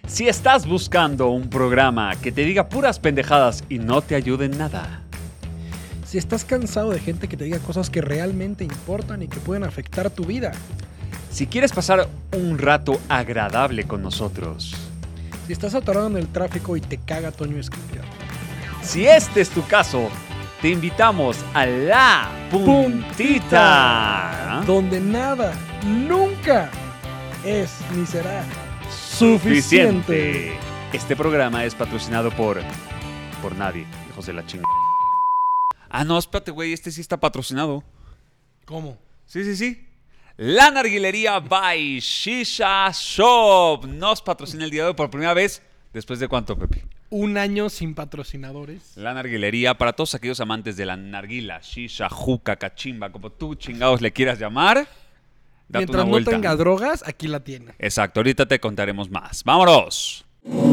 Si estás buscando un programa que te diga puras pendejadas y no te ayude en nada. Si estás cansado de gente que te diga cosas que realmente importan y que pueden afectar tu vida. Si quieres pasar un rato agradable con nosotros. Si estás atorado en el tráfico y te caga Toño Escribir. Si este es tu caso, te invitamos a La Puntita. Donde nada, nunca es ni será Suficiente. Este programa es patrocinado por nadie, hijos de la chingada. Ah, no, espérate, güey, este sí está patrocinado. ¿Cómo? Sí. La Narguilería by Shisha Shop nos patrocina el día de hoy por primera vez. ¿Después de cuánto, Pepe? Un año sin patrocinadores. La Narguilería, para todos aquellos amantes de la narguila, shisha, juca, cachimba, como tú chingados le quieras llamar, date Mientras una no vuelta. tenga drogas, aquí la tiene. Exacto, ahorita te contaremos más. ¡Vámonos!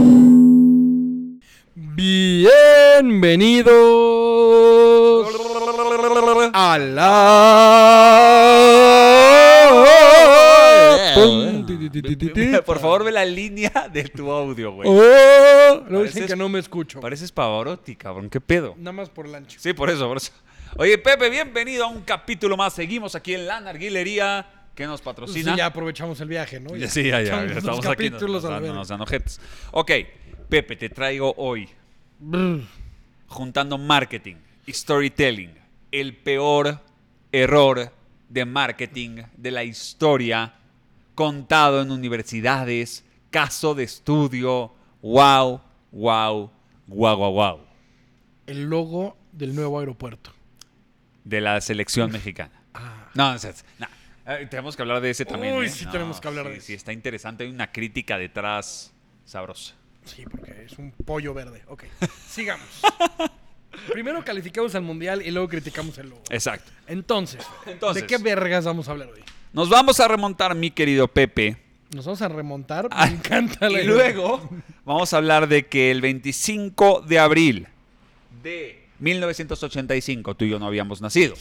Bienvenidos a la... Por favor, ve la línea de tu audio, güey. No dicen que no me escucho. Pareces Pavarotti, cabrón. ¿Qué pedo? Nada más por el ancho. Sí, por eso. Oye, Pepe, bienvenido a un capítulo más. Seguimos aquí en La Narguilería, que nos patrocina. Sí, ya aprovechamos el viaje, ¿no? Sí, ya estamos aquí. Capítulos a la verga. Nos dan ojetes. Ok, Pepe, te traigo hoy, juntando marketing y storytelling, el peor error de marketing de la historia, contado en universidades, caso de estudio, wow. El logo del nuevo aeropuerto. De la selección mexicana. No, tenemos que hablar de ese también. Uy, sí, tenemos que hablar de ese. Sí, está interesante. Hay una crítica detrás sabrosa. Sí, porque es un pollo verde. Ok, sigamos. Primero calificamos al mundial y luego criticamos el logo. Exacto. Entonces, Entonces, ¿de qué vergas vamos a hablar hoy? nos vamos a remontar, mi querido Pepe. Nos vamos a remontar. Me encanta la Y idea. luego vamos a hablar de que el 25 de abril de 1985, tú y yo no habíamos nacido.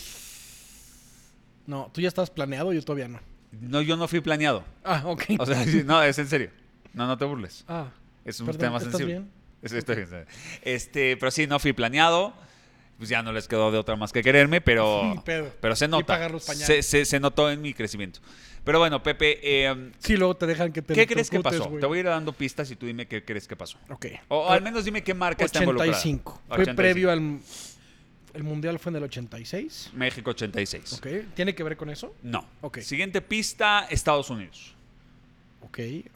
No, tú ya estás planeado, yo todavía no. No, yo no fui planeado. Ah, ok. O sea, no, es en serio. No te burles. Ah, Es un perdón, tema ¿estás sensible. bien? Estoy bien. Pero sí, no fui planeado. Pues ya no les quedó de otra más que quererme, pero, Ni pedo. pero se Ni nota. pagar los pañales. Se notó en mi crecimiento. Pero bueno, Pepe, Sí, luego te dejan que te ¿qué crees que electrocutes, pasó? güey. Te voy a ir dando pistas y tú dime qué crees que pasó. Ok. O al menos dime qué marca está involucrada. 85. Fue 85. previo al... El mundial fue en el 86. México 86. Ok. ¿Tiene que ver con eso? No. Ok. Siguiente pista, Estados Unidos. Ok.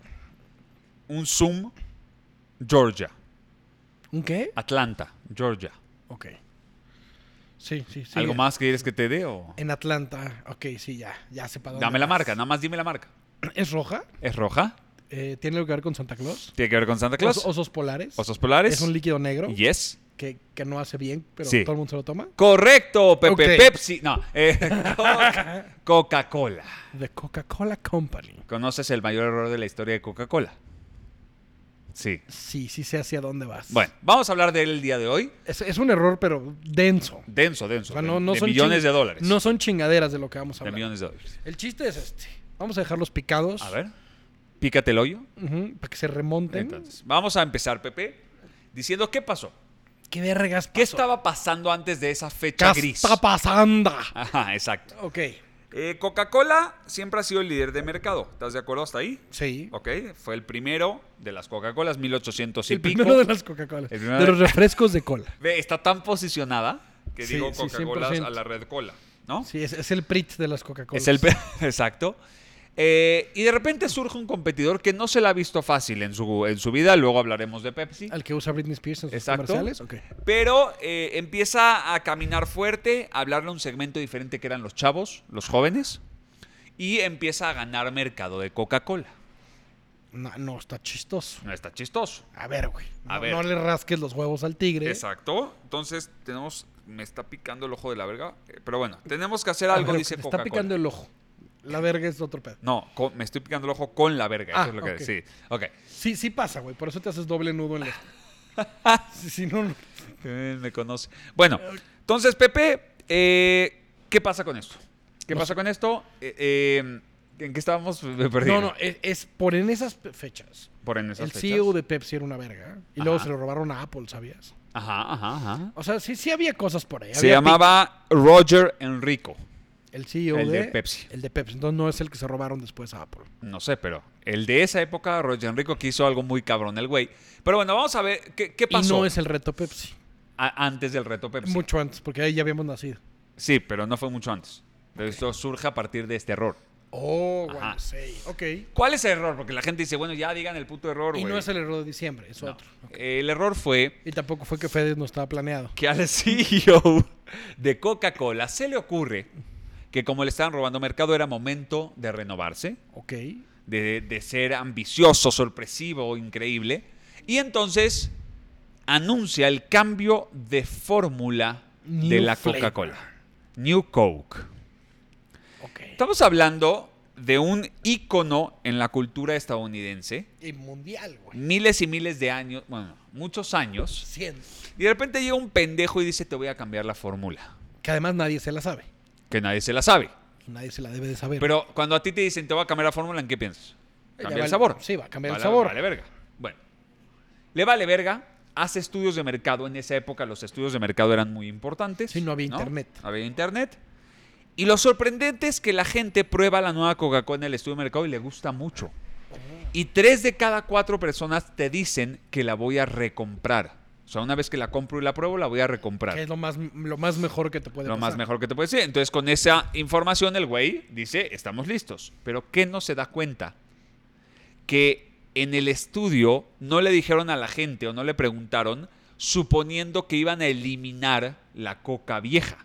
Un Zoom, Georgia. ¿Un qué? Atlanta, Georgia. Ok. Sí. ¿Algo más que quieres que te dé o...? En Atlanta. Ok, sí, ya sé para dónde Dame la vas. marca, nada más dime la marca. ¿Es roja? ¿Es roja? ¿Tiene algo que ver con Santa Claus? ¿Tiene que ver con Santa Claus? Osos polares. ¿Osos polares? Es un líquido negro Yes. que no hace bien, pero Sí. todo el mundo se lo toma. Correcto, Pepe. Ok. Pepsi. No. Coca-Cola. The Coca-Cola Company. ¿Conoces el mayor error de la historia de Coca-Cola? Sí. Sí sé hacia dónde vas. Bueno, vamos a hablar de él el día de hoy. Es un error, pero denso. Denso. O sea, de no son millones de dólares. No son chingaderas de lo que vamos a de hablar. millones de dólares. El chiste es este. Vamos a dejarlos picados. A ver. Pícate el hoyo. Para que se remonten. Entonces, vamos a empezar, Pepe, diciendo qué pasó. ¿Qué vergas ¿Qué pasó? estaba pasando antes de esa fecha ¿Qué gris? está pasando? Ajá, exacto. Ok. Coca-Cola siempre ha sido el líder de mercado. ¿Estás de acuerdo hasta ahí? Sí. Ok, fue el primero de las Coca-Colas, 1800 y El pico. primero de las Coca-Cola. El primero De de- los refrescos de cola. Ve, está tan posicionada que Sí, digo sí, Coca-Cola 100%. a la red cola, ¿no? Sí, es el Prit de las Coca-Cola. Es el exacto. Y de repente surge un competidor que no se la ha visto fácil en su vida. Luego hablaremos de Pepsi. Al que usa Britney Spears en sus Exacto. comerciales. Ok. Pero empieza a caminar fuerte, a hablarle a un segmento diferente que eran los chavos, los jóvenes. Y empieza a ganar mercado de Coca-Cola. No, está chistoso. No está chistoso. A ver, güey. A No, ver. no le rasques los huevos al tigre. Exacto. Entonces me está picando el ojo de la verga. Pero bueno, tenemos que hacer A algo, ver, dice te Coca-Cola. está picando el ojo. La verga es otro pedo. No, me estoy picando el ojo con la verga. Eso Ah, es lo que ok. sí. Ok. Sí pasa, güey. Por eso te haces doble nudo en la... si no... Me conoce. Bueno, entonces, Pepe, ¿qué pasa con esto? ¿Qué No pasa sé. con esto? ¿En qué estábamos? Me perdí. No, es por en esas fechas. Por en esas El fechas. CEO de Pepsi era una verga. Y luego Ajá. se lo robaron a Apple, ¿sabías? Ajá. O sea, sí había cosas por ahí. Se Había llamaba Roger Enrico. el CEO el de Pepsi. El de Pepsi. Entonces no es el que se robaron después a Apple. No sé, pero el de esa época, Roger Enrico, que hizo algo muy cabrón el güey. Pero bueno, vamos a ver qué pasó Y no es el reto Pepsi. antes del reto Pepsi. Mucho antes, porque ahí ya habíamos nacido. Sí, pero no fue mucho antes. Esto surge a partir de este error. Oh, Ajá. bueno, sí. Ok. ¿Cuál es el error? Porque la gente dice, bueno, ya digan el puto error, Y güey. no es el error de diciembre, es No. otro. Ok. El error fue Y tampoco fue que Fede no estaba planeado. que al CEO de Coca-Cola se le ocurre que como le estaban robando mercado era momento de renovarse, Ok. de ser ambicioso, sorpresivo, increíble. Y entonces anuncia el cambio de fórmula de New la flavor. Coca-Cola. New Coke. Ok. Estamos hablando de un ícono en la cultura estadounidense. Y mundial, güey. Miles y miles de años, bueno, muchos años. 100. Y de repente llega un pendejo y dice, te voy a cambiar la fórmula. Que además nadie se la sabe. Que nadie se la sabe. Y nadie se la debe de saber. Pero cuando a ti te dicen, te voy a cambiar la fórmula, ¿en qué piensas? Ya Cambiar vale- el sabor. Sí, va a cambiar el Vale- sabor. Vale verga. Bueno. Le vale verga. Hace estudios de mercado. En esa época los estudios de mercado eran muy importantes. Sí, no había internet. No había internet. Y lo sorprendente es que la gente prueba la nueva Coca-Cola en el estudio de mercado y le gusta mucho. Y 3 de cada 4 personas te dicen que la voy a recomprar. O sea, una vez que la compro y la pruebo, la voy a recomprar. Que es lo más mejor que te puede Lo pasar. más mejor que te puede decir. Entonces, con esa información, el güey dice, estamos listos. Pero ¿qué no se da cuenta? Que en el estudio no le dijeron a la gente o no le preguntaron, suponiendo que iban a eliminar la coca vieja.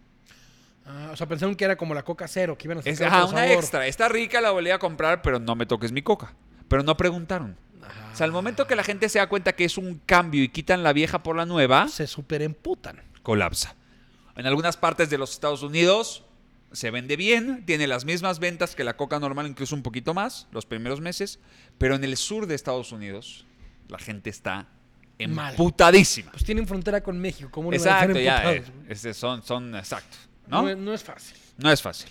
Ah, o sea, pensaron que era como la Coca Cero, que iban a Es sacar otro una sabor. extra. Está rica, la volví a comprar, pero no me toques mi coca. Pero no preguntaron. Ajá. O sea, al momento que la gente se da cuenta que es un cambio y quitan la vieja por la nueva, Se superemputan. colapsa. En algunas partes de los Estados Unidos se vende bien, tiene las mismas ventas que la coca normal, incluso un poquito más, los primeros meses, pero en el sur de Estados Unidos la gente está Mal. emputadísima. Pues tienen frontera con México. ¿Cómo no van a Exacto, estar ya, emputados, güey? son exacto, ¿no? No es fácil. No es fácil.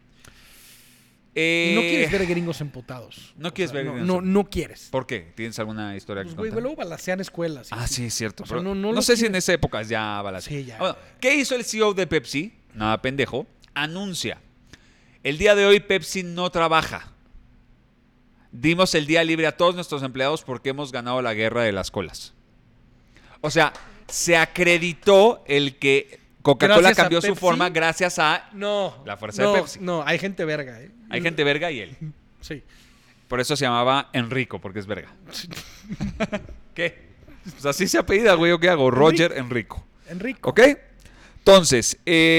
Y no quieres ver gringos emputados. No O quieres sea, ver no, gringos no quieres. ¿Por qué? ¿Tienes alguna historia Pues, que güey, contar? luego balacean escuelas. Ah, sí, es cierto. O sea, pero no no lo sé si en quieres. esa época ya balazos. Sí, ya. Bueno, ¿qué hizo el CEO de Pepsi? Nada pendejo. Anuncia. El día de hoy Pepsi no trabaja. Dimos el día libre a todos nuestros empleados porque hemos ganado la guerra de las colas. O sea, se acreditó el que Coca-Cola Gracias a cambió su Pepsi. forma gracias a No. La fuerza de Pepsi. No, hay gente verga, ¿eh? hay gente verga y él. Sí. Por eso se llamaba Enrico, porque es verga. ¿Qué? Pues así se apellida, güey. ¿O qué hago? Roger Enrico. Enrico. ¿Ok? Entonces,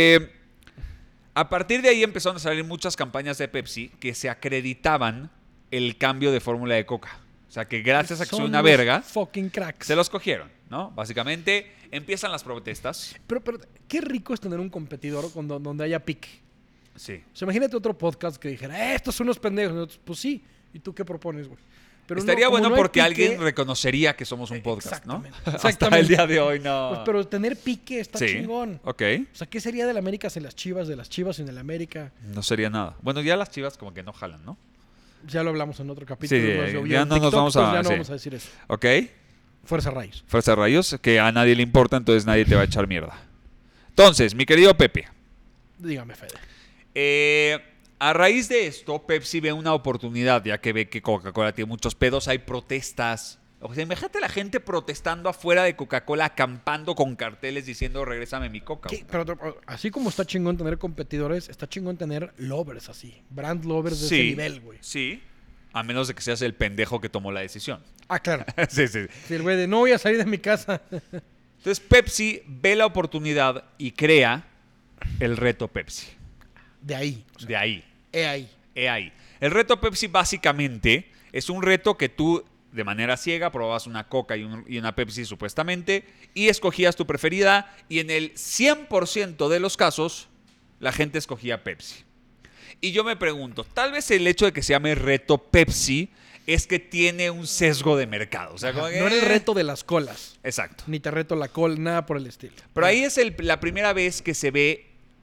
a partir de ahí empezaron a salir muchas campañas de Pepsi que se acreditaban el cambio de fórmula de Coca. O sea, que gracias a que soy Son una los verga, Fucking cracks. se los cogieron, ¿no? Básicamente, empiezan las protestas. Pero qué rico es tener un competidor donde haya pique. Sí. O sea, imagínate otro podcast que dijera, estos son unos pendejos. Y nosotros, pues sí. ¿Y tú qué propones, güey? Pero Estaría no, como bueno no hay porque pique, alguien reconocería que somos un podcast, ¿no? Exactamente, Hasta exactamente. el día de hoy no. Pues, pero tener pique está sí. chingón. Ok. O sea, ¿qué sería del América sin las Chivas, de las Chivas sin el América? No sería nada. Bueno, ya las Chivas como que no jalan, ¿no? Ya lo hablamos en otro capítulo. Sí, nos llovió ya en no nos TikTok, vamos a- entonces ya no sí. vamos a decir eso. Ok. Fuerza Rayos. Fuerza de rayos, que a nadie le importa, entonces nadie te va a echar mierda. Entonces, mi querido Pepe, Dígame, Fede. a raíz de esto, Pepsi ve una oportunidad, ya que ve que Coca-Cola tiene muchos pedos, hay protestas. O sea, imagínate la gente protestando afuera de Coca-Cola, acampando con carteles diciendo, regrésame mi Coca. ¿Qué? Pero así como está chingón tener competidores, está chingón tener lovers así. Brand lovers de ese nivel, güey. Sí, a menos de que seas el pendejo que tomó la decisión. Ah, claro. Sí, sí. Si el güey de no voy a salir de mi casa. Entonces Pepsi ve la oportunidad y crea el reto Pepsi. De ahí. O sea, De ahí. ahí. He ahí. El reto Pepsi básicamente es un reto que tú de manera ciega probabas una Coca y una Pepsi supuestamente y escogías tu preferida y en el 100% de los casos la gente escogía Pepsi. Y yo me pregunto, tal vez el hecho de que se llame reto Pepsi es que tiene un sesgo de mercado. O sea, como que- No era el reto de las colas. Exacto. Ni te reto la cola, nada por el estilo. Pero ahí es la primera vez que se ve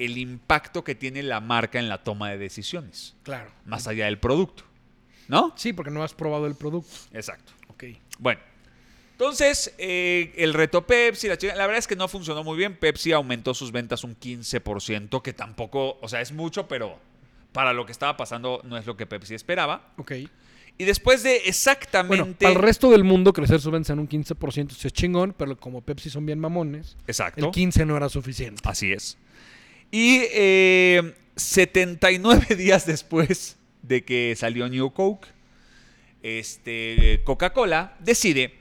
el impacto que tiene la marca en la toma de decisiones, Claro. más allá del producto, ¿no? Sí, porque no has probado el producto. Exacto. Ok. Bueno, entonces el reto Pepsi, la verdad es que no funcionó muy bien. Pepsi aumentó sus ventas un 15%, que tampoco, o sea, es mucho, pero para lo que estaba pasando no es lo que Pepsi esperaba. Ok. Y después de Bueno, exactamente... para el resto del mundo crecer sus ventas en un 15% sí es chingón, pero como Pepsi son bien mamones, Exacto. el 15 no era suficiente. Así es. Y 79 días después de que salió New Coke, Coca-Cola decide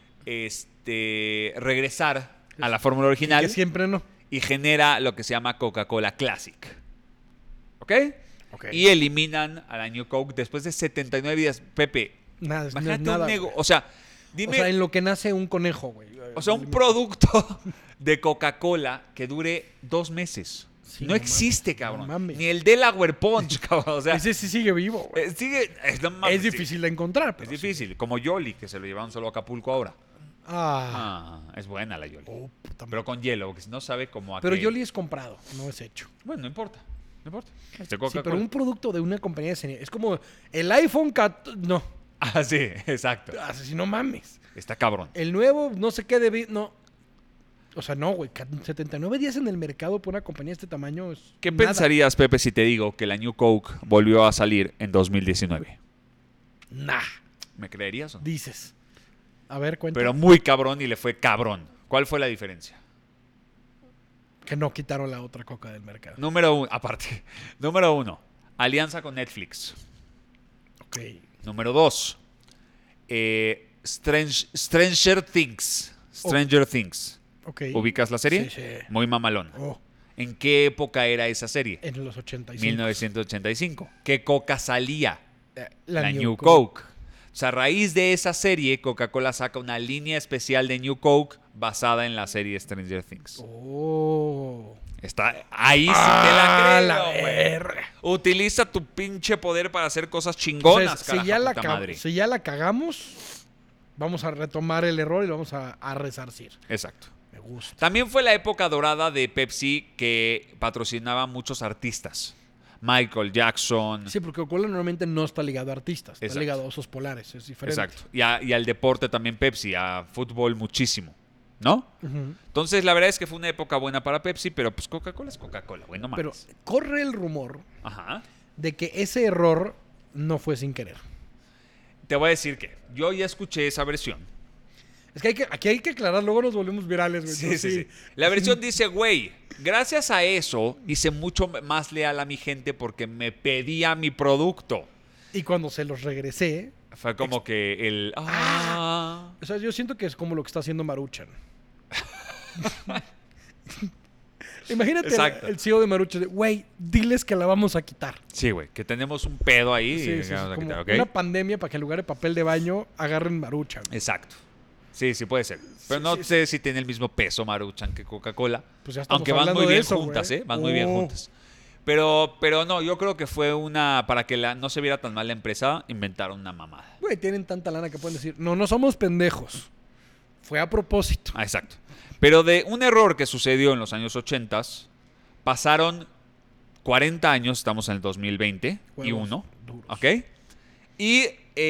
regresar a la fórmula original Que siempre no. y genera lo que se llama Coca-Cola Classic. ¿Ok? Ok. Y eliminan a la New Coke después de 79 días. Pepe, Nada, no es imagínate nada, un güey. negocio. O sea, dime. O sea, en lo que nace un conejo, güey. Un producto de Coca-Cola que dure 2 meses. Sí, no no existe, mames, cabrón. no mames. Ni el Delaware Punch, cabrón. O sea, Ese sí sigue vivo, güey. no mames, Es difícil de encontrar, Es pero difícil. Como Yoli, que se lo llevaron solo a Acapulco ahora. Ah. Es buena la Yoli. Oh, puta madre. Pero con hielo, porque si no sabe cómo a Pero qué- Yoli es comprado, no es hecho. Bueno, no importa. No importa. Sí, Coca-Cola. pero un producto de una compañía de serie. Es como el iPhone 14. No, Ah, sí, exacto. así no mames. Está cabrón. El nuevo, no sé qué debe. No. O sea, no, güey. 79 días en el mercado por una compañía de este tamaño es. ¿Qué nada. pensarías, Pepe, si te digo que la New Coke volvió a salir en 2019? Nah, ¿Me creerías o no? dices. A ver, cuenta. Pero muy cabrón y le fue cabrón. ¿Cuál fue la diferencia? Que no quitaron la otra coca del mercado. Número uno, alianza con Netflix. Ok. Número 2, Stranger Things. Stranger Things. Ok. ¿Ubicas la serie? Sí, sí. Muy mamalón. Oh, ¿En qué época era esa serie? en los 85. 1985. ¿Qué coca salía? La New Coke. O sea, a raíz de esa serie, Coca-Cola saca una línea especial de New Coke basada en la serie Stranger Things. Oh. Está ahí sí te la la creo, güey. verga. Utiliza tu pinche poder para hacer cosas O chingonas, sea, carajo, puta madre. si ya la cagamos, vamos a retomar el error y lo vamos a resarcir. Exacto. Me gusta. También fue la época dorada de Pepsi que patrocinaba a muchos artistas. Michael Jackson. Sí, porque Coca-Cola normalmente no está ligado a artistas, está Exacto. ligado a osos polares, es diferente. Exacto. Y al deporte también Pepsi, a fútbol muchísimo. ¿No? Ujú. Entonces, la verdad es que fue una época buena para Pepsi, pero pues Coca-Cola es Coca-Cola, güey, no Pero mames. corre el rumor Ajá. de que ese error no fue sin querer. Te voy a decir que yo ya escuché esa versión. Es que, aquí hay que aclarar, luego nos volvemos virales, güey. Sí, Entonces, sí, sí. La versión dice, güey, gracias a eso hice mucho más leal a mi gente porque me pedía mi producto. Y cuando se los regresé, Fue como que el... o sea, yo siento que es como lo que está haciendo Maruchan. Imagínate Exacto. el CEO de Maruchan, de, güey, diles que la vamos a quitar. Sí, güey, que tenemos un pedo ahí. Sí, y sí, que vamos a como quitar, ¿ok? una pandemia para que en lugar de papel de baño agarren Maruchan. Exacto. Sí, sí puede ser. Pero Sí, no sí, sé si tiene el mismo peso Maruchan que Coca-Cola. Pues ya estamos Aunque van hablando muy de bien eso, juntas, güey. ¿eh? Van muy bien Oh. juntas. Pero no, yo creo que fue una... Para que no se viera tan mal la empresa, inventaron una mamada. Güey, tienen tanta lana que pueden decir, no somos pendejos. Fue a propósito. Ah, exacto. Pero de un error que sucedió en los años 80, pasaron 40 años, estamos en el 2020 y Huevos uno, duros. ¿ok? Y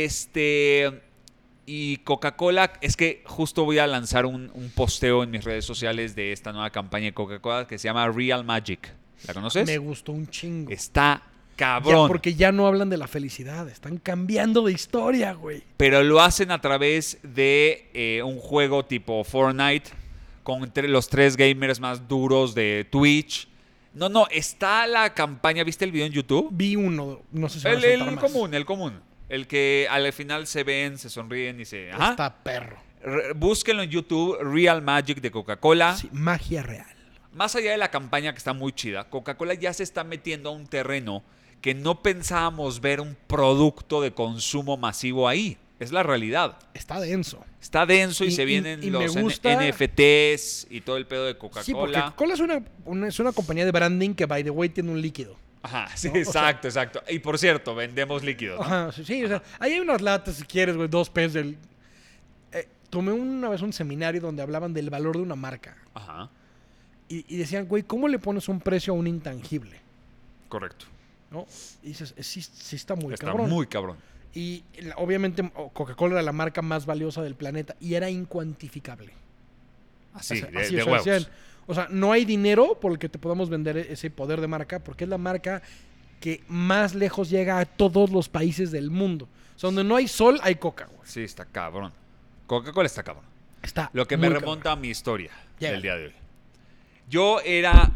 y Coca-Cola, es que justo voy a lanzar un posteo en mis redes sociales de esta nueva campaña de Coca-Cola que se llama Real Magic. ¿La conoces? Me gustó un chingo. Está Ya, cabrón. porque ya no hablan de la felicidad, están cambiando de historia, güey. Pero lo hacen a través de un juego tipo Fortnite con los 3 gamers más duros de Twitch. No, está la campaña, ¿viste el video en YouTube? Vi uno, no sé si van a soltar El más. común, el común. El que al final se ven, se sonríen y se... Ajá. Está perro. Búsquenlo en YouTube, Real Magic de Coca-Cola. Sí, magia real. Más allá de la campaña que está muy chida, Coca-Cola ya se está metiendo a un terreno que no pensábamos ver un producto de consumo masivo ahí. Es la realidad. Está denso. Está denso y Y- se vienen y me los gusta- NFTs y todo el pedo de Sí, porque Coca-Cola. Coca-Cola es una compañía de branding que, by the way, tiene un líquido. Ajá, sí, ¿no? O sea- exacto. Y por cierto, vendemos líquidos, ¿no? Ajá, sí, o sea, ahí hay unas latas si quieres, güey, 2 pesos del... tomé una vez un seminario donde hablaban del valor de una marca. Ajá. Y decían, güey, ¿cómo le pones un precio a un intangible? Correcto. ¿No? Y dices, sí está muy Está cabrón. muy cabrón. Y obviamente Coca-Cola era la marca más valiosa del planeta y era incuantificable. Así, O sea, de o sea, huevos. decían, o sea, no hay dinero por el que te podamos vender ese poder de marca porque es la marca que más lejos llega a todos los países del mundo. O sea, donde no hay sol, hay coca, güey. Sí, está cabrón. Coca-Cola está cabrón. Está Lo que muy me cabrón. remonta a mi historia Llega. del día de hoy. Yo era,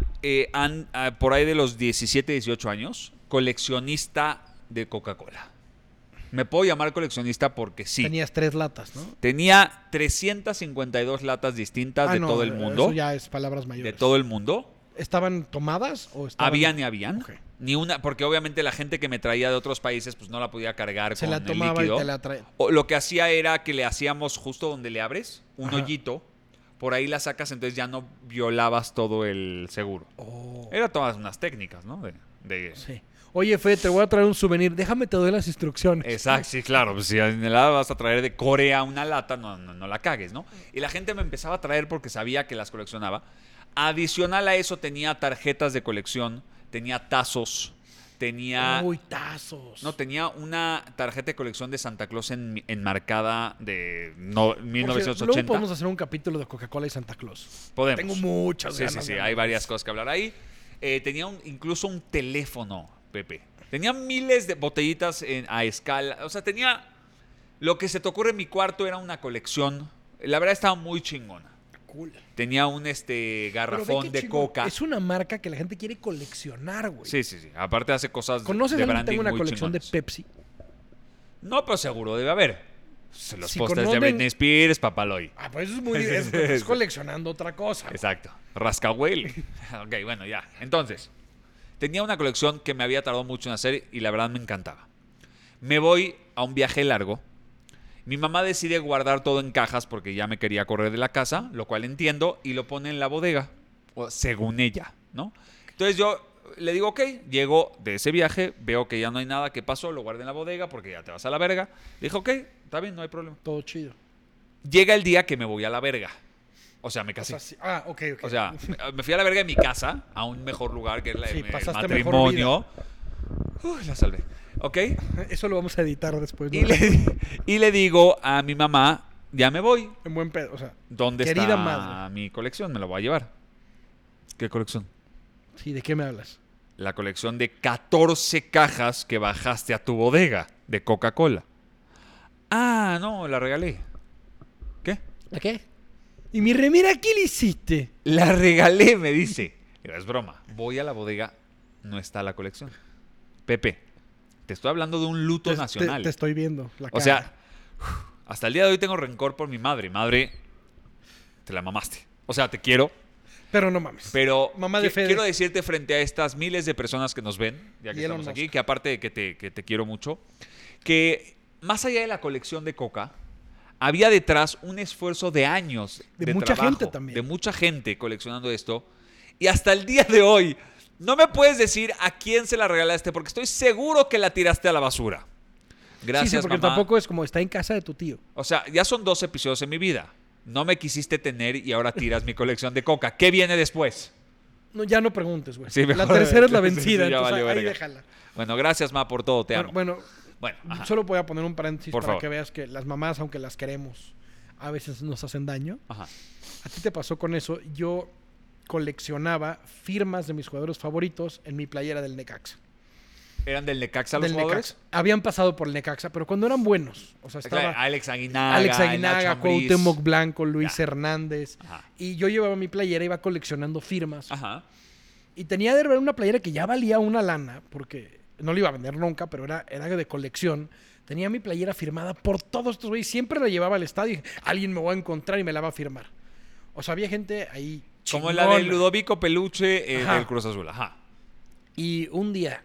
por ahí de los 17, 18 años, coleccionista de Coca-Cola. Me puedo llamar coleccionista porque sí. Tenías 3 latas, ¿no? Tenía 352 latas distintas de no, todo el mundo. Eso ya es palabras mayores. De todo el mundo. ¿Estaban tomadas o estaban...? Habían y habían. Ok. Ni una, porque obviamente la gente que me traía de otros países pues no la podía cargar Se con la el tomaba líquido. y te la traía. O lo que hacía era que le hacíamos justo donde le abres un Ajá. hoyito, por ahí la sacas, entonces ya no violabas todo el seguro. Oh. Era todas unas técnicas, ¿no? Sí. Oye, Fede, te voy a traer un souvenir. Déjame te doy las instrucciones. Exacto, sí, claro. Pues si la vas a traer de Corea una lata, no la cagues, ¿no? Y la gente me empezaba a traer porque sabía que las coleccionaba. Adicional a eso tenía tarjetas de colección, tenía tazos, tenía... Uy, tazos. No, tenía una tarjeta de colección de Santa Claus enmarcada de Por cierto, 1980. luego podemos hacer un capítulo de Coca-Cola y Santa Claus. Podemos. Tengo muchas Sí, ganas. sí, de hay hablar. varias cosas que hablar ahí. Tenía incluso un teléfono, Pepe. Tenía miles de botellitas a escala. O sea, tenía... Lo que se te ocurre en mi cuarto era una colección. La verdad estaba muy chingona. Cool. Tenía un Pero ve garrafón qué de chingón. coca. Es una marca que la gente quiere coleccionar, güey. Sí, sí, sí. Aparte hace cosas ¿Conoces de a alguien que branding tenga una muy colección de chingonas. Pepsi? No, pero seguro debe haber. Los Si pósters de conocen- Britney Spears, Papaloy. Ah, pues eso es muy... Sí, sí, es sí. coleccionando otra cosa. Exacto. Rascahuele. Ok, bueno, ya. Entonces, tenía una colección que me había tardado mucho en hacer y la verdad me encantaba. Me voy a un viaje largo. Mi mamá decide guardar todo en cajas porque ya me quería correr de la casa, lo cual entiendo, y lo pone en la bodega, o según ella, ¿no? Entonces yo le digo, ok, llego de ese viaje, veo que ya no hay nada, ¿qué pasó? Lo guardé en la bodega porque ya te vas a la verga. Le dije, ok, está bien, no hay problema. Todo chido. Llega el día que me voy a la verga. O sea, me O casé. sea, sí. Ah, ok, ok. O sea, me fui a la verga de mi casa, a un mejor lugar que es Sí, el pasaste mejor matrimonio. Uy, la salvé. ¿Ok? Eso lo vamos a editar después, ¿no? Y le digo a mi mamá, ya me voy. En buen pedo, o sea... ¿Dónde Querida está madre. mi colección? Me la voy a llevar. ¿Qué colección? Sí, ¿de qué me hablas? La colección de 14 cajas que bajaste a tu bodega de Coca-Cola. Ah, no, la regalé. ¿Qué? ¿A qué? ¿Y mi remera qué le hiciste? La regalé, me dice. Digo, es broma. Voy a la bodega, no está la colección. Pepe, te estoy hablando de un luto nacional. Te estoy viendo la cara. O sea, hasta el día de hoy tengo rencor por mi madre. Madre, te la mamaste. O sea, te quiero, Pero no mames. pero Mamá de Fede. quiero decirte frente a estas miles de personas que nos ven, ya que Y Elon estamos aquí, Musk. que aparte de que te quiero mucho, que más allá de la colección de coca, había detrás un esfuerzo de años De mucha trabajo, gente también. de mucha gente coleccionando esto. Y hasta el día de hoy, no me puedes decir a quién se la regalaste, porque estoy seguro que la tiraste a la basura. Gracias, sí, porque mamá. tampoco es como está en casa de tu tío. O sea, ya son 2 episodios en mi vida. No me quisiste tener y ahora tiras mi colección de coca. ¿Qué viene después? No, ya no preguntes, güey. Sí, La mejor- tercera es la sí, sí, vencida, ya entonces valió ahí verga. déjala. Bueno, gracias, ma, por todo. Te amo. Bueno, Bueno, ajá. solo voy a poner un paréntesis Por para favor. que veas que las mamás, aunque las queremos, a veces nos hacen daño. Ajá. A ti te pasó con eso. Yo coleccionaba firmas de mis jugadores favoritos en mi playera del Necaxa. ¿Eran del Necaxa los Del jugadores? Necaxa. Habían pasado por el Necaxa, pero cuando eran buenos. O sea, estaba Alex Aguinaga, Alex Nacho Aguinaga, Ambriz. Cuauhtémoc Blanco, Luis Ya. Hernández. Ajá. Y yo llevaba mi playera, iba coleccionando firmas. Ajá. Y tenía de ver una playera que ya valía una lana, porque no la iba a vender nunca, pero era de colección. Tenía mi playera firmada por todos estos güeyes. Siempre la llevaba al estadio y dije, alguien me va a encontrar y me la va a firmar. O sea, había gente ahí Como chingona. la de Ludovico Peluche Ajá. del Cruz Azul. Ajá. Y un día,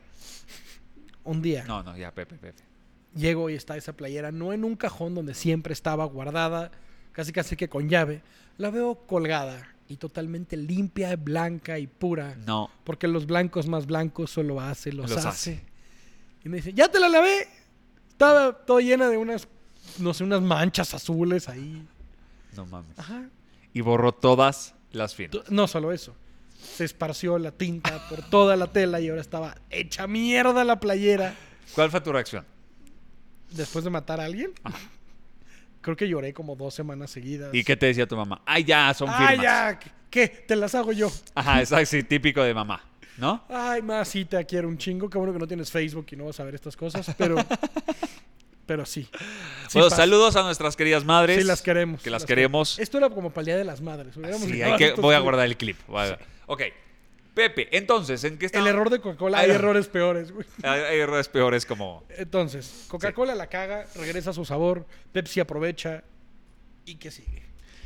No, ya, Pepe. llego y está esa playera, no en un cajón donde siempre estaba guardada, casi que con llave. La veo colgada y totalmente limpia, blanca y pura. No. Porque los blancos más blancos solo los Los hace. Y me dice, ¿ya te la lavé? Estaba todo llena de unas, no sé, unas manchas azules ahí. No mames. Ajá. Y borró todas las firmas. No solo eso. se esparció la tinta por toda la tela y ahora estaba hecha mierda la playera. ¿Cuál fue tu reacción? Después de matar a alguien, creo que lloré como 2 semanas seguidas. ¿Y qué te decía tu mamá? Ay, ya, son firmas. ¡Ay, ya! ¿Qué? Te las hago yo. Ajá, es así, típico de mamá, ¿no? Ay, más sí te quiero un chingo. Qué bueno que no tienes Facebook y no vas a ver estas cosas, pero sí. Sí Bueno, pasa. saludos a nuestras queridas madres. Sí, las queremos. Que las queremos. Esto era como para el Día de las Madres. Hubiéramos Sí, grabado estos voy a clips. guardar el clip. Ok. Pepe, entonces, ¿en qué está? El error de Coca-Cola, hay errores peores, güey. Hay errores peores como... Entonces, Coca-Cola la caga, regresa su sabor, Pepsi aprovecha. ¿Y qué sigue?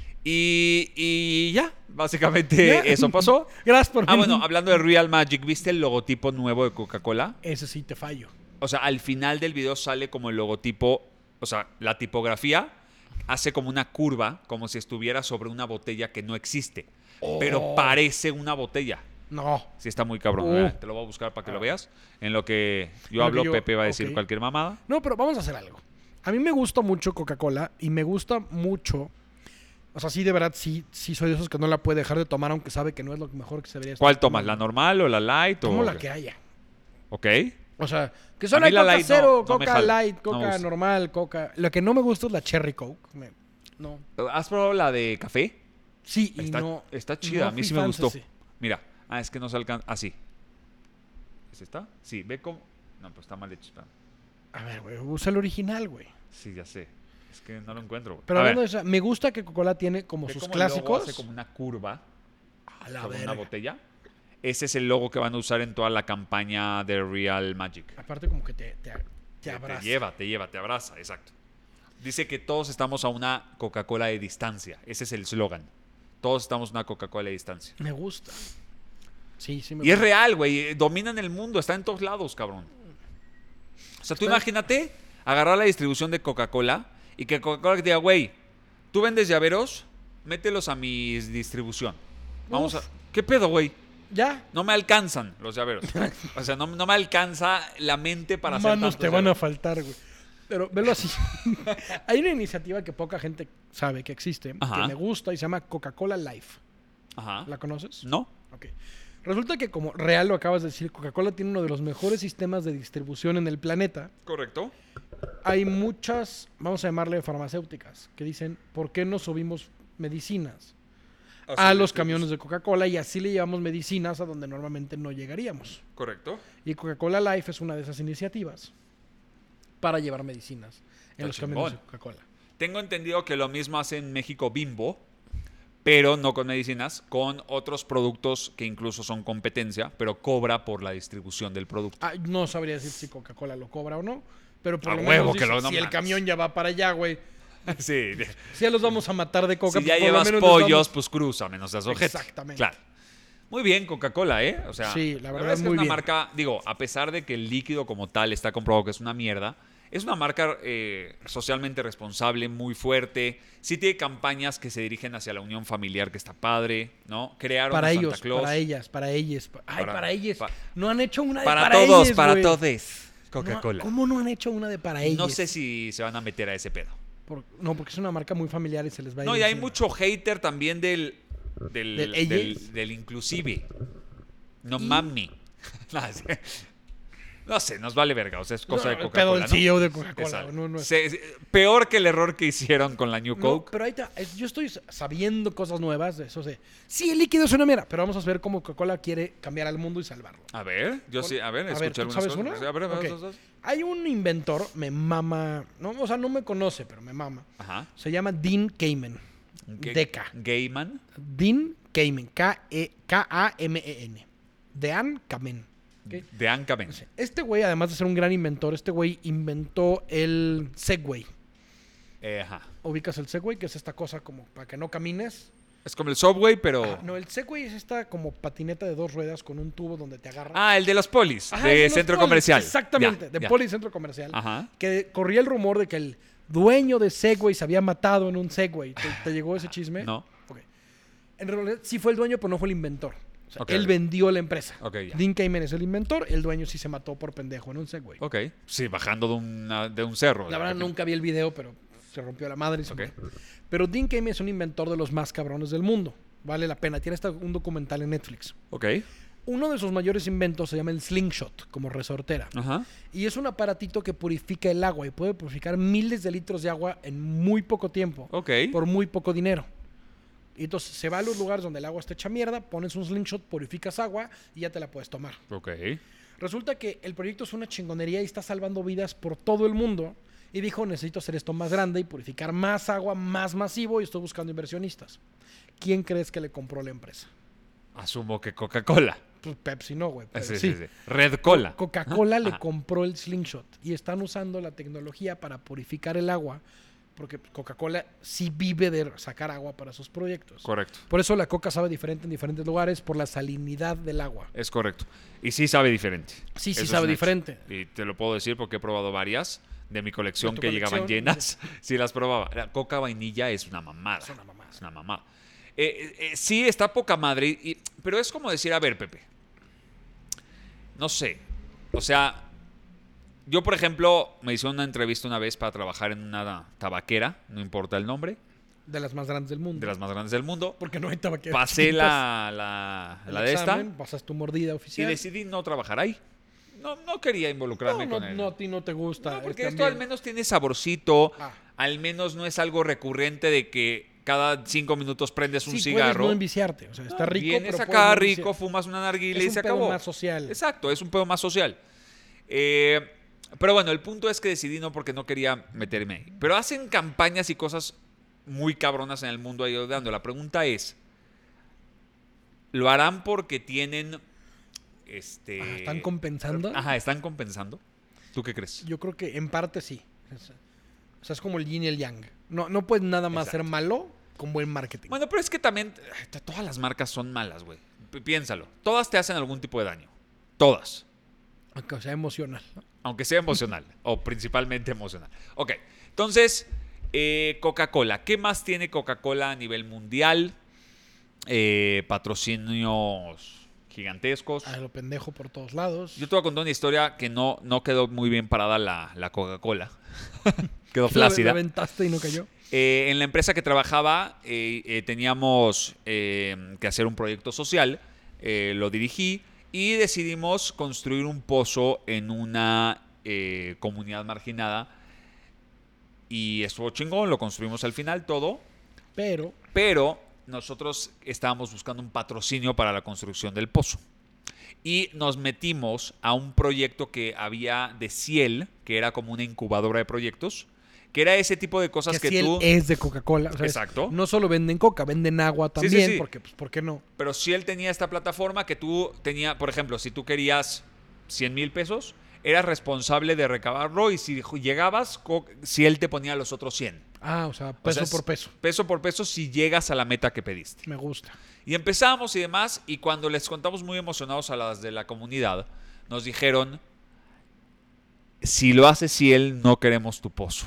Y ya, básicamente ¿Ya? eso pasó. Gracias por venir. Bueno, hablando de Real Magic, ¿viste el logotipo nuevo de Coca-Cola? Ese sí te fallo. O sea, al final del video sale como el logotipo, o sea, la tipografía hace como una curva, como si estuviera sobre una botella que no existe. Pero parece una botella. No. Sí, está muy cabrón. Mira, te lo voy a buscar para que lo veas. En lo que yo hablo, Pepe va a decir ok. cualquier mamada. No, pero vamos a hacer algo. A mí me gusta mucho Coca-Cola y me gusta mucho... O sea, sí, de verdad, sí soy de esos que no la puede dejar de tomar, aunque sabe que no es lo mejor que se debería estar ¿Cuál tomas? ¿La tomando. normal o la light? Tomo o la que haya. Ok. O sea, que solo A hay mí la Coca light cero, no me Coca jala. light, No me Coca gusta. normal, Coca... Lo que no me gusta es la Cherry Coke. No. ¿Has probado la de café? Sí, y Está, no... está chida, no a mí fui sí me fan, gustó. sí. Mira, es que no se alcanza. Así. ¿Es esta? Sí, ve cómo. No, pues está mal hecho. Espera. A ver, güey, usa el original, güey. Sí, ya sé. Es que no lo encuentro. Güey. Pero A hablando ver, de eso, me gusta que Coca-Cola tiene como ve sus cómo el logo clásicos. hace como una curva A la sobre verga. una botella. Ese es el logo que van a usar en toda la campaña de Real Magic. Aparte como que te abraza. Te lleva, te abraza, exacto. Dice que todos estamos a una Coca-Cola de distancia. Ese es el slogan. Todos estamos a una Coca-Cola de distancia. Me gusta. Sí, me Y es gusta. real, güey. Dominan el mundo. Está en todos lados, cabrón. O sea, tú imagínate agarrar la distribución de Coca-Cola y que Coca-Cola te diga, güey, tú vendes llaveros, mételos a mi distribución. Vamos Uf. a... ¿Qué pedo, güey? Ya. No me alcanzan los llaveros. O sea, no me alcanza la mente para hacer Manos tantos te van a llaveros. faltar, güey. Pero velo así. Hay una iniciativa que poca gente sabe que existe, Ajá. que me gusta y se llama Coca-Cola Life. Ajá. ¿La conoces? ¿No? Ok. Resulta que, como real lo acabas de decir, Coca-Cola tiene uno de los mejores sistemas de distribución en el planeta. Correcto. Hay muchas, vamos a llamarle farmacéuticas, que dicen, ¿por qué no subimos medicinas a los camiones de Coca-Cola y así le llevamos medicinas a donde normalmente no llegaríamos? Correcto. Y Coca-Cola Life es una de esas iniciativas para llevar medicinas en Está los camiones de chingón. Coca-Cola. Tengo entendido que lo mismo hace en México Bimbo, pero no con medicinas, con otros productos que incluso son competencia, pero cobra por la distribución del producto. Ah, no sabría decir si Coca-Cola lo cobra o no, pero por A lo huevo menos que dice, lo- no si el mames. camión ya va para allá, güey, Sí. si ya los vamos a matar de coca, Si ya pues por lo llevas menos les pollos, damos- pues cruza, menos seas ojete. Exactamente. Claro. Muy bien, Coca-Cola, ¿eh? O sea, Sí, la verdad, es que muy es una bien. marca, digo, a pesar de que el líquido como tal está comprobado que es una mierda, es una marca socialmente responsable, muy fuerte. Sí tiene campañas que se dirigen hacia la unión familiar, que está padre, ¿no? Crearon Para a ellos, Santa Claus. para ellas, para ellas. Ay, Para- para ellas. pa- No han hecho una de Para para todos, ellas, para güey. todos. No, Coca-Cola. ¿Cómo no han hecho una de para ellas? No sé si se van a meter a ese pedo. No, porque es una marca muy familiar y se les va a ir No, y hay encima. mucho hater también ¿Del ellas? del inclusive. No ¿Y? mami. No sé, nos vale verga. O sea, es cosa de el pedo Coca-Cola, del ¿no? CEO de Coca-Cola. Exacto. No es- Peor que el error que hicieron con la New No, Coke. pero ahí está. Yo estoy sabiendo cosas nuevas de eso. Sí, el líquido es una mierda, pero vamos a ver cómo Coca-Cola quiere cambiar al mundo y salvarlo. A ver, yo sí, a ver, escuché ¿tú algunas sabes cosas. una? A ver, Ok. dos. Hay un inventor, me mama, no, o sea, no me conoce, pero me mama. Ajá. Se llama Dean Kamen. Deca. Gayman. Dean Kamen. K-A-M-E-N. Dean Kamen. ¿Ok? De Ancamen. Este güey, además de ser un gran inventor, este güey inventó el Segway. Ajá. ¿Ubicas el Segway? Que es esta cosa como para que no camines. Es como el Subway, pero. Ah, no, el Segway es esta como patineta de 2 ruedas con un tubo donde te agarra. Ah, el de los polis. Ajá, de es los centro polis, comercial. Exactamente, Ya, de ya. Policentro Comercial. Ajá. Que corría el rumor de que el dueño de Segway se había matado en un Segway. ¿Te llegó ese chisme? No. Ok. En realidad sí fue el dueño, pero no fue el inventor. O sea, Ok. él vendió la empresa. Ok, ya. Dean Kamen es el inventor, el dueño sí se mató por pendejo en un Segway. Ok. Sí, bajando de un cerro. La verdad nunca vi el video, pero se rompió la madre y se Ok. murió. Pero Dean Kamen es un inventor de los más cabrones del mundo. Vale la pena. Tiene hasta un documental en Netflix. Ok. Uno de sus mayores inventos se llama el slingshot, como resortera. Ajá. Y es un aparatito que purifica el agua y puede purificar miles de litros de agua en muy poco tiempo. Ok. Por muy poco dinero. Y entonces se va a los lugares donde el agua está hecha mierda, pones un slingshot, purificas agua y ya te la puedes tomar. Ok. Resulta que el proyecto es una chingonería y está salvando vidas por todo el mundo. Y dijo, necesito hacer esto más grande y purificar más agua, más masivo, y estoy buscando inversionistas. ¿Quién crees que le compró la empresa? Asumo que Coca-Cola. Pues Pepsi no, güey. pero Sí. Red Cola. Coca-Cola le Ajá. compró el slingshot y están usando la tecnología para purificar el agua, porque Coca-Cola sí vive de sacar agua para sus proyectos. Correcto. Por eso la coca sabe diferente en diferentes lugares por la salinidad del agua. Es correcto. Y sí sabe diferente. Sí, Eso es sabe un hecho. diferente. Y te lo puedo decir porque he probado varias de mi colección ¿De tu que llegaban colección? llenas. Sí las probaba. La coca vainilla es una mamada. Es una mamada. Es una mamada. Sí, está poca madre. Pero es como decir, a ver, Pepe. No sé. O sea, yo, por ejemplo, me hice una entrevista una vez para trabajar en una tabaquera, no importa el nombre, De las más grandes del mundo. de las más grandes del mundo. Porque no hay tabaqueras Pasé chiquitas. la El de esta examen, pasas tu mordida y oficial. decidí no trabajar ahí. No quería involucrarme No, con él. a ti no te gusta. No, porque este esto al ambiente. menos tiene saborcito. Ah. Al menos no es algo recurrente de que cada 5 minutos prendes un Sí, cigarro. puedes no enviciarte. O sea, está rico, Vienes pero acá puedes no rico, enviciarte. fumas una narguila Es y un se pedo acabó. más social. Exacto, es un pedo más social. Pero bueno, el punto es que decidí no porque no quería meterme ahí. Pero hacen campañas y cosas muy cabronas en el mundo ayudando. La pregunta es, ¿lo harán porque tienen ¿Están compensando? Ajá, ¿están compensando? ¿Tú qué crees? Yo creo que en parte sí. O sea, es como el yin y el yang. No puedes nada más Exacto. ser malo con buen marketing. Bueno, pero es que también todas las marcas son malas, güey. Piénsalo. Todas te hacen algún tipo de daño. Todas. Aunque sea emocional. ¿no? Aunque sea emocional. O principalmente emocional. Ok. Entonces, Coca-Cola. ¿Qué más tiene Coca-Cola a nivel mundial? Patrocinios gigantescos. A lo pendejo por todos lados. Yo te voy a contar una historia que no quedó muy bien parada la Coca-Cola. Quedó La flácida. aventaste y no cayó. En la empresa que trabajaba teníamos que hacer un proyecto social, lo dirigí y decidimos construir un pozo en una comunidad marginada y estuvo chingón, lo construimos al final todo, pero nosotros estábamos buscando un patrocinio para la construcción del pozo. Y nos metimos a un proyecto que había de Ciel, que era como una incubadora de proyectos, que era ese tipo de cosas que Ciel tú... es de Coca-Cola. O sea, Exacto. No solo venden coca, venden agua Sí, sí, también. sí. Porque, pues, ¿por qué no? Pero Ciel tenía esta plataforma que tú tenías, por ejemplo, si tú querías 100,000 pesos, eras responsable de recabarlo y si llegabas, Ciel te ponía los otros 100. Ah, o sea, O peso sea, por peso. Peso por peso si llegas a la meta que pediste. Me gusta. Y empezamos y demás, y cuando les contamos muy emocionados a las de la comunidad, nos dijeron, si lo hace Ciel, no queremos tu pozo.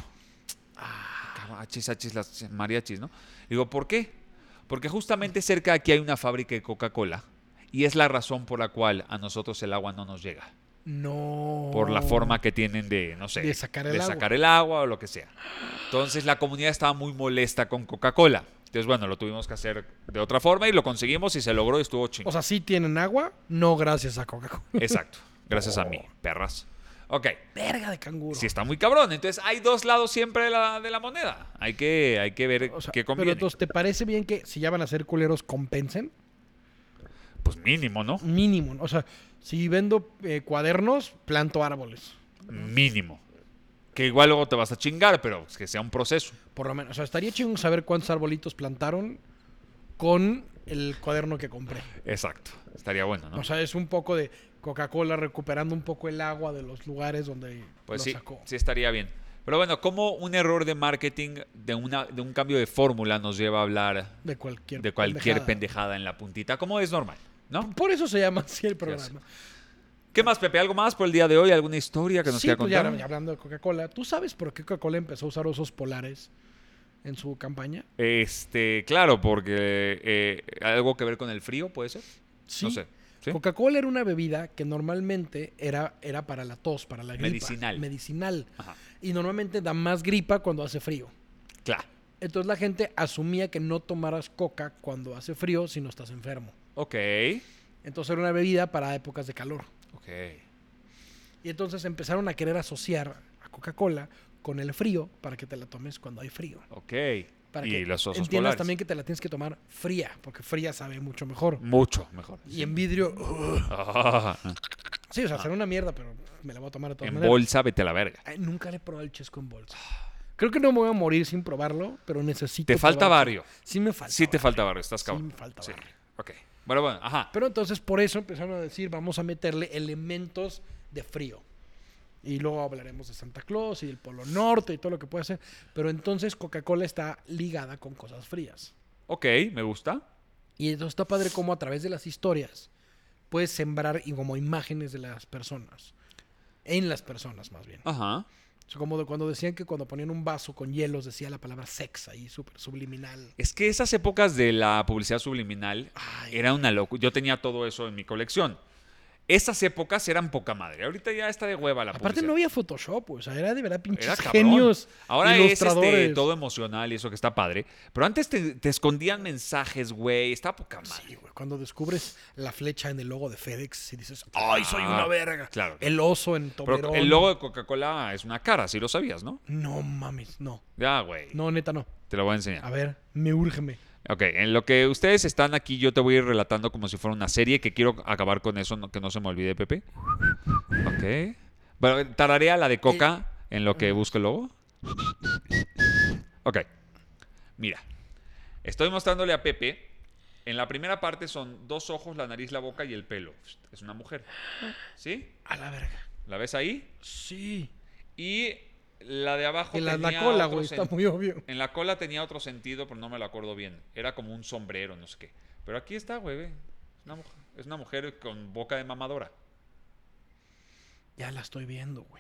Las mariachis, ¿no? Digo, ¿por qué? Porque justamente cerca de aquí hay una fábrica de Coca-Cola y es la razón por la cual a nosotros el agua no nos llega. No. Por la forma que tienen de, no sé, De sacar el de agua. sacar el agua o lo que sea. Entonces la comunidad estaba muy molesta con Coca-Cola. Entonces, bueno, lo tuvimos que hacer de otra forma y lo conseguimos y se logró y estuvo chingón. O sea, sí tienen agua, no gracias a Coca-Cola. Exacto. Gracias a mí, perras. Ok. Verga de canguro. Sí está muy cabrón. Entonces hay dos lados siempre de la moneda. Hay que ver O sea, qué pero conviene. entonces, ¿te parece bien que si ya van a ser culeros compensen? Pues mínimo, ¿no? Mínimo. O sea, si vendo cuadernos, planto árboles. Mínimo. Que igual luego te vas a chingar, pero que sea un proceso. Por lo menos. O sea, estaría chingón saber cuántos arbolitos plantaron con el cuaderno que compré. Exacto. Estaría bueno, ¿no? O sea, es un poco de Coca-Cola recuperando un poco el agua de los lugares donde Pues lo sí, sacó. sí estaría bien. Pero bueno, como un error de marketing de un cambio de fórmula nos lleva a hablar De cualquier pendejada en la puntita, como es normal, ¿no? Por eso se llama así el programa. ¿Qué más, Pepe? ¿Algo más por el día de hoy? ¿Alguna historia que nos Sí, quiera pues contar? ya hablando de Coca-Cola. ¿Tú sabes por qué Coca-Cola empezó a usar osos polares en su campaña? Claro, porque algo que ver con el frío, ¿puede ser? Sí. No sé. ¿Sí? Coca-Cola era una bebida que normalmente era para la tos, para la gripa. Medicinal. Medicinal. Ajá. Y normalmente da más gripa cuando hace frío. Claro. Entonces la gente asumía que no tomaras coca cuando hace frío si no estás enfermo. Ok. Entonces era una bebida para épocas de calor. Ok. Y entonces empezaron a querer asociar a Coca-Cola con el frío para que te la tomes cuando hay frío. Ok. Para Y que los osos entiendas polares. también que te la tienes que tomar fría, porque fría sabe mucho mejor. Mucho mejor. Y en vidrio, Ah, sí, o sea, será una mierda, pero me la voy a tomar de todas en maneras. bolsa, vete a la verga. Ay, nunca le he probado el chesco en bolsa. Creo que no me voy a morir sin probarlo, pero necesito Te falta probarlo. barrio. Sí me falta Sí te barrio. falta barrio, estás Sí cabrón. me falta Sí. barrio. Ok. Bueno, ajá. Pero entonces por eso empezaron a decir, vamos a meterle elementos de frío. Y luego hablaremos de Santa Claus y del Polo Norte y todo lo que puede hacer. Pero entonces Coca-Cola está ligada con cosas frías. Ok, me gusta. Y entonces está padre cómo a través de las historias puedes sembrar y como imágenes de las personas. En las personas, más bien. Ajá. O sea, como cuando decían que cuando ponían un vaso con hielos decía la palabra sex ahí, súper subliminal. Es que esas épocas de la publicidad subliminal Ay. era una locura. Yo tenía todo eso en mi colección. Esas épocas eran poca madre. Ahorita ya está de hueva la Aparte publicidad. no había Photoshop, o sea, era de verdad Era pinches cabrón. genios Ahora ilustradores. es todo emocional y eso que está padre. Pero antes te escondían mensajes, güey. Está poca madre. Sí, güey, cuando descubres la flecha en el logo de FedEx y dices, ¡ay, soy Ah, una verga! claro. El oso en Pero Toblerón. el logo de Coca-Cola es una cara, sí lo sabías, ¿no? No mames, no. Ya, güey. No, neta, no. Te lo voy a enseñar. A ver, me úrgeme. Ok, en lo que ustedes están aquí, yo te voy a ir relatando como si fuera una serie, que quiero acabar con eso, que no se me olvide, Pepe. Ok. Bueno, tararea la de Coca en lo que busco el logo. Ok. Mira. Estoy mostrándole a Pepe. En la primera parte son 2 ojos, la nariz, la boca y el pelo. Es una mujer. ¿Sí? A la verga. ¿La ves ahí? Sí. Y la de abajo En la tenía cola, otro güey, está muy obvio. En la cola tenía otro sentido, pero no me lo acuerdo bien. Era como un sombrero, no sé qué. Pero aquí está, güey. Ve. Es una mujer con boca de mamadora. Ya la estoy viendo, güey.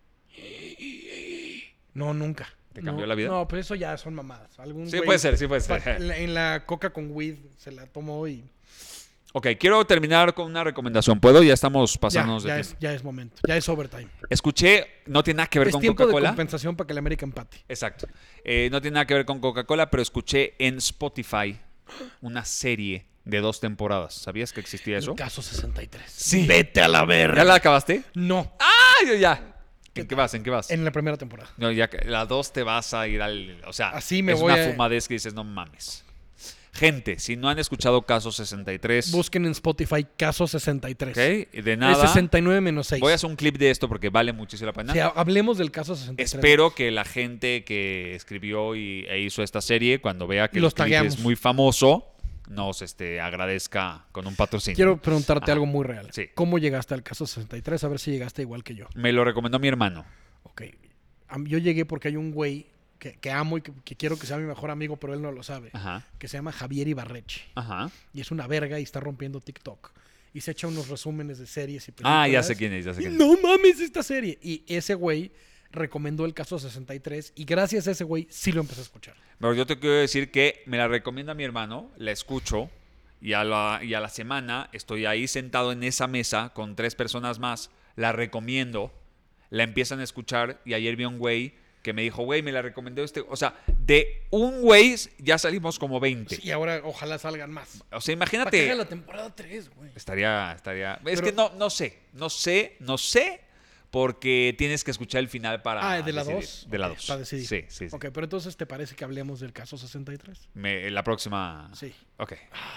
No, nunca. ¿Te cambió No, la vida? No, pero eso ya son mamadas. Algún Sí güey puede ser, sí puede ser. En la coca con weed se la tomó y... Ok, quiero terminar con una recomendación. ¿Puedo? Ya estamos Ya, pasándonos de ya tiempo. es momento. Ya es overtime. Escuché, no tiene nada que ver Es con tiempo de Coca-Cola. compensación para que el América empate. Exacto. No tiene nada que ver con Coca-Cola, pero escuché en Spotify una serie de 2 temporadas. ¿Sabías que existía eso? El caso 63. Sí. Vete a la verga. ¿Ya la acabaste? No, ¡Ay, ya! ¿En qué vas? ¿En qué vas? en la primera temporada. No, ya que la 2 te vas a ir al... O sea, Así me es voy una a- fumadez que dices, no mames. Gente, si no han escuchado Caso 63, Busquen en Spotify caso 63. ¿ok? De Es nada, 69 menos 6. voy a hacer un clip de esto porque vale muchísimo la pena. Sí, hablemos del caso 63. Espero que la gente que escribió e hizo esta serie, cuando vea que Los el clip tagueamos. es muy famoso, nos agradezca con un patrocinio. Quiero preguntarte Ajá. algo muy real. Sí. ¿Cómo llegaste al caso 63? A ver si llegaste igual que yo. Me lo recomendó mi hermano. Ok. Yo llegué porque hay un güey que amo y que quiero que sea mi mejor amigo, pero él no lo sabe. Ajá, Que se llama Javier Ibarreche. ajá. Y es una verga y está rompiendo TikTok. Y se echa unos resúmenes de series y películas. Ah, ya sé quién es, ya sé Y quién es. no mames esta serie. Y ese güey recomendó el caso 63 y gracias a ese güey sí lo empecé a escuchar. Pero yo te quiero decir que me la recomienda mi hermano, la escucho y a la semana estoy ahí sentado en esa mesa con 3 personas más, la recomiendo, la empiezan a escuchar y ayer vi a un güey que me dijo, güey, me la recomendó este... O sea, de un güey ya salimos como 20. Y ahora ojalá salgan más. O sea, Para que imagínate... haga la temporada 3, güey. Estaría... Es Pero- que no sé, porque tienes que escuchar el final para ¿De la decidir. 2? De la 2. Para decidir. Sí, sí, sí. Ok, pero entonces, ¿te parece que hablemos del caso 63? La próxima... Sí. Ok.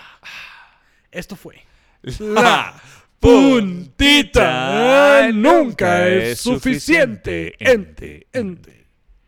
Esto fue... La puntita nunca es suficiente. Ente.